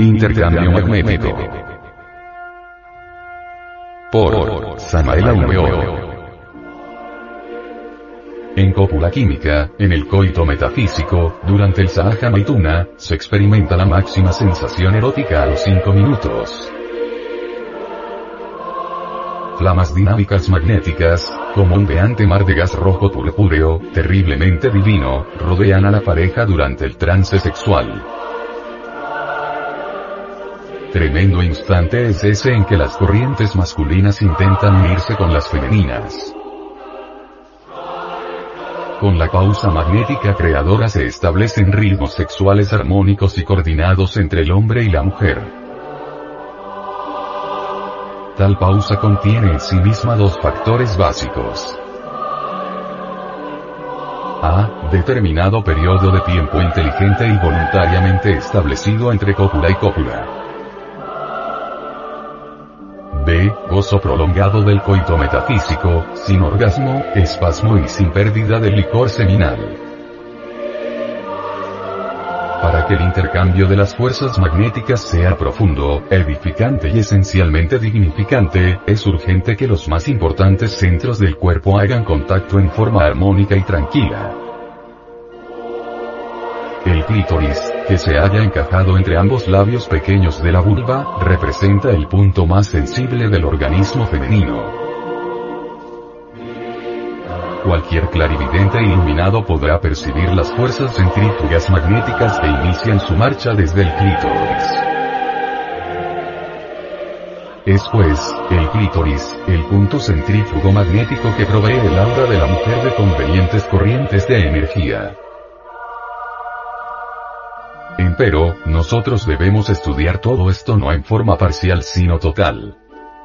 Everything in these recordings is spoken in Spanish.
Intercambio magnético. Por Samael Aumeo. En cópula química, en el coito metafísico, durante el Sahaja Maituna, se experimenta la máxima sensación erótica a los 5 minutos. Flamas dinámicas magnéticas, como un veante mar de gas rojo purpúreo, terriblemente divino, rodean a la pareja durante el trance sexual. Tremendo instante es ese en que las corrientes masculinas intentan unirse con las femeninas. Con la pausa magnética creadora se establecen ritmos sexuales armónicos y coordinados entre el hombre y la mujer. Tal pausa contiene en sí misma dos factores básicos. A. Determinado periodo de tiempo inteligente y voluntariamente establecido entre cópula y cópula. B. Gozo prolongado del coito metafísico, sin orgasmo, espasmo y sin pérdida del licor seminal. Para que el intercambio de las fuerzas magnéticas sea profundo, edificante y esencialmente dignificante, es urgente que los más importantes centros del cuerpo hagan contacto en forma armónica y tranquila. El clítoris, que se halla encajado entre ambos labios pequeños de la vulva, representa el punto más sensible del organismo femenino. Cualquier clarividente iluminado podrá percibir las fuerzas centrífugas magnéticas que inician su marcha desde el clítoris. Es pues, el clítoris, el punto centrífugo magnético que provee el aura de la mujer de convenientes corrientes de energía. Empero, nosotros debemos estudiar todo esto no en forma parcial sino total.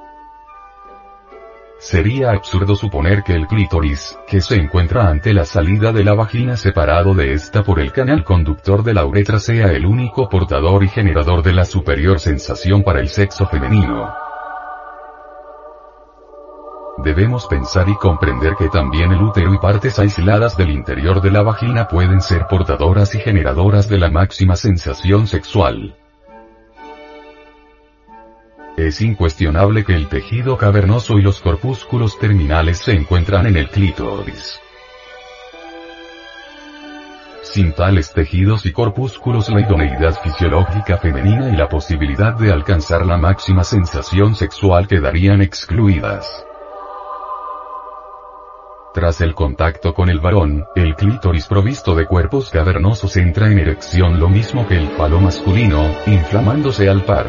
Sería absurdo suponer que el clítoris, que se encuentra ante la salida de la vagina separado de esta por el canal conductor de la uretra, sea el único portador y generador de la superior sensación para el sexo femenino. Debemos pensar y comprender que también el útero y partes aisladas del interior de la vagina pueden ser portadoras y generadoras de la máxima sensación sexual. Es incuestionable que el tejido cavernoso y los corpúsculos terminales se encuentran en el clítoris. Sin tales tejidos y corpúsculos, la idoneidad fisiológica femenina y la posibilidad de alcanzar la máxima sensación sexual quedarían excluidas. Tras el contacto con el varón, el clítoris provisto de cuerpos cavernosos entra en erección lo mismo que el falo masculino, inflamándose al par.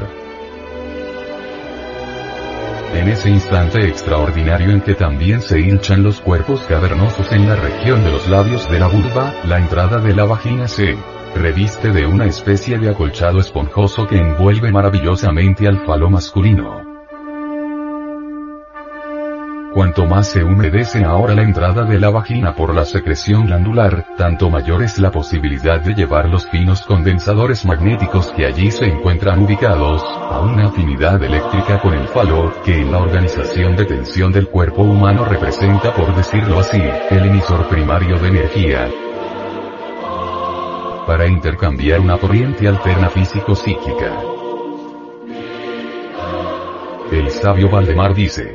En ese instante extraordinario en que también se hinchan los cuerpos cavernosos en la región de los labios de la vulva, la entrada de la vagina se reviste de una especie de acolchado esponjoso que envuelve maravillosamente al falo masculino. Cuanto más se humedece ahora la entrada de la vagina por la secreción glandular, tanto mayor es la posibilidad de llevar los finos condensadores magnéticos que allí se encuentran ubicados, a una afinidad eléctrica con el falo, que en la organización de tensión del cuerpo humano representa, por decirlo así, el emisor primario de energía. Para intercambiar una corriente alterna físico-psíquica. El sabio Valdemar dice: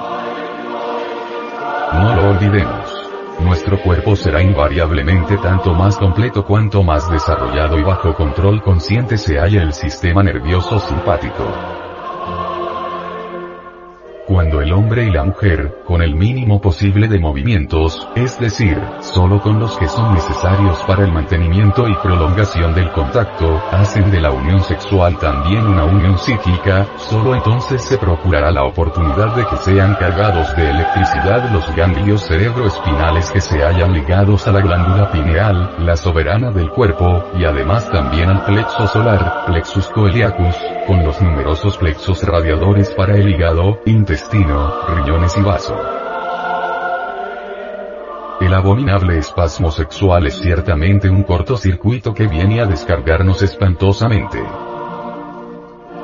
no lo olvidemos. Nuestro cuerpo será invariablemente tanto más completo cuanto más desarrollado y bajo control consciente se halla el sistema nervioso simpático. Cuando el hombre y la mujer, con el mínimo posible de movimientos, es decir, solo con los que son necesarios para el mantenimiento y prolongación del contacto, hacen de la unión sexual también una unión psíquica, solo entonces se procurará la oportunidad de que sean cargados de electricidad los ganglios cerebroespinales que se hallan ligados a la glándula pineal, la soberana del cuerpo, y además también al plexo solar, plexus coeliacus, con los numerosos plexos radiadores para el hígado, intestino, riñones y vaso. El abominable espasmo sexual es ciertamente un cortocircuito que viene a descargarnos espantosamente.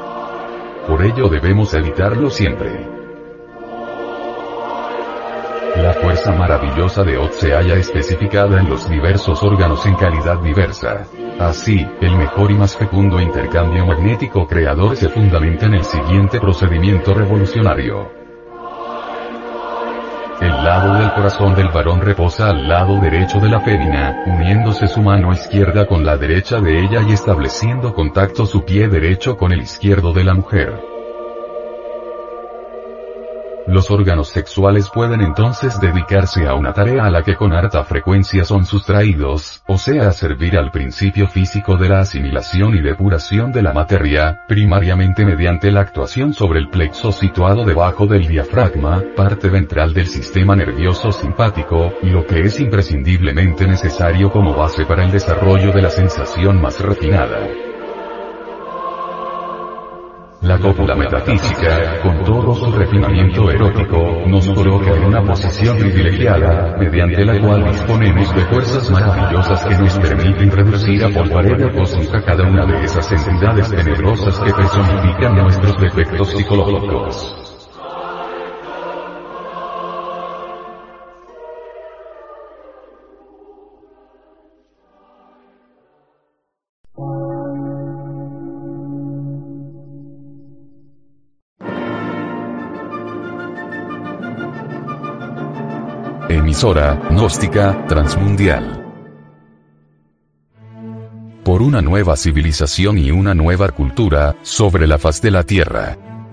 Por ello debemos evitarlo siempre. La fuerza maravillosa de Oz se halla especificada en los diversos órganos en calidad diversa. Así, el mejor y más fecundo intercambio magnético creador se fundamenta en el siguiente procedimiento revolucionario. El lado del corazón del varón reposa al lado derecho de la fémina, uniéndose su mano izquierda con la derecha de ella y estableciendo contacto su pie derecho con el izquierdo de la mujer. Los órganos sexuales pueden entonces dedicarse a una tarea a la que con harta frecuencia son sustraídos, o sea a servir al principio físico de la asimilación y depuración de la materia, primariamente mediante la actuación sobre el plexo situado debajo del diafragma, parte ventral del sistema nervioso simpático, y lo que es imprescindiblemente necesario como base para el desarrollo de la sensación más refinada. La cópula metafísica, con todo su refinamiento erótico, nos coloca en una posición privilegiada, mediante la cual disponemos de fuerzas maravillosas que nos permiten reducir a polvareda cósmica cada una de esas entidades tenebrosas que personifican nuestros defectos psicológicos. Emisora gnóstica transmundial. Por una nueva civilización y una nueva cultura sobre la faz de la Tierra.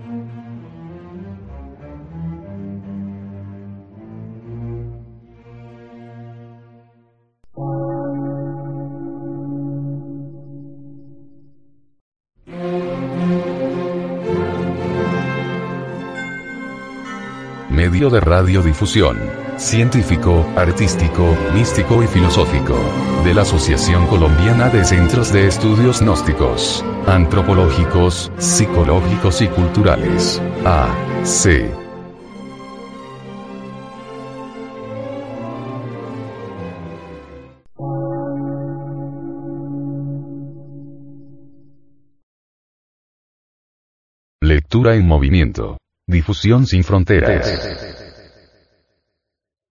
Medio de radiodifusión, científico, artístico, místico y filosófico, de la Asociación Colombiana de Centros de Estudios Gnósticos, Antropológicos, Psicológicos y Culturales, AC. Lectura en movimiento. Difusión sin fronteras.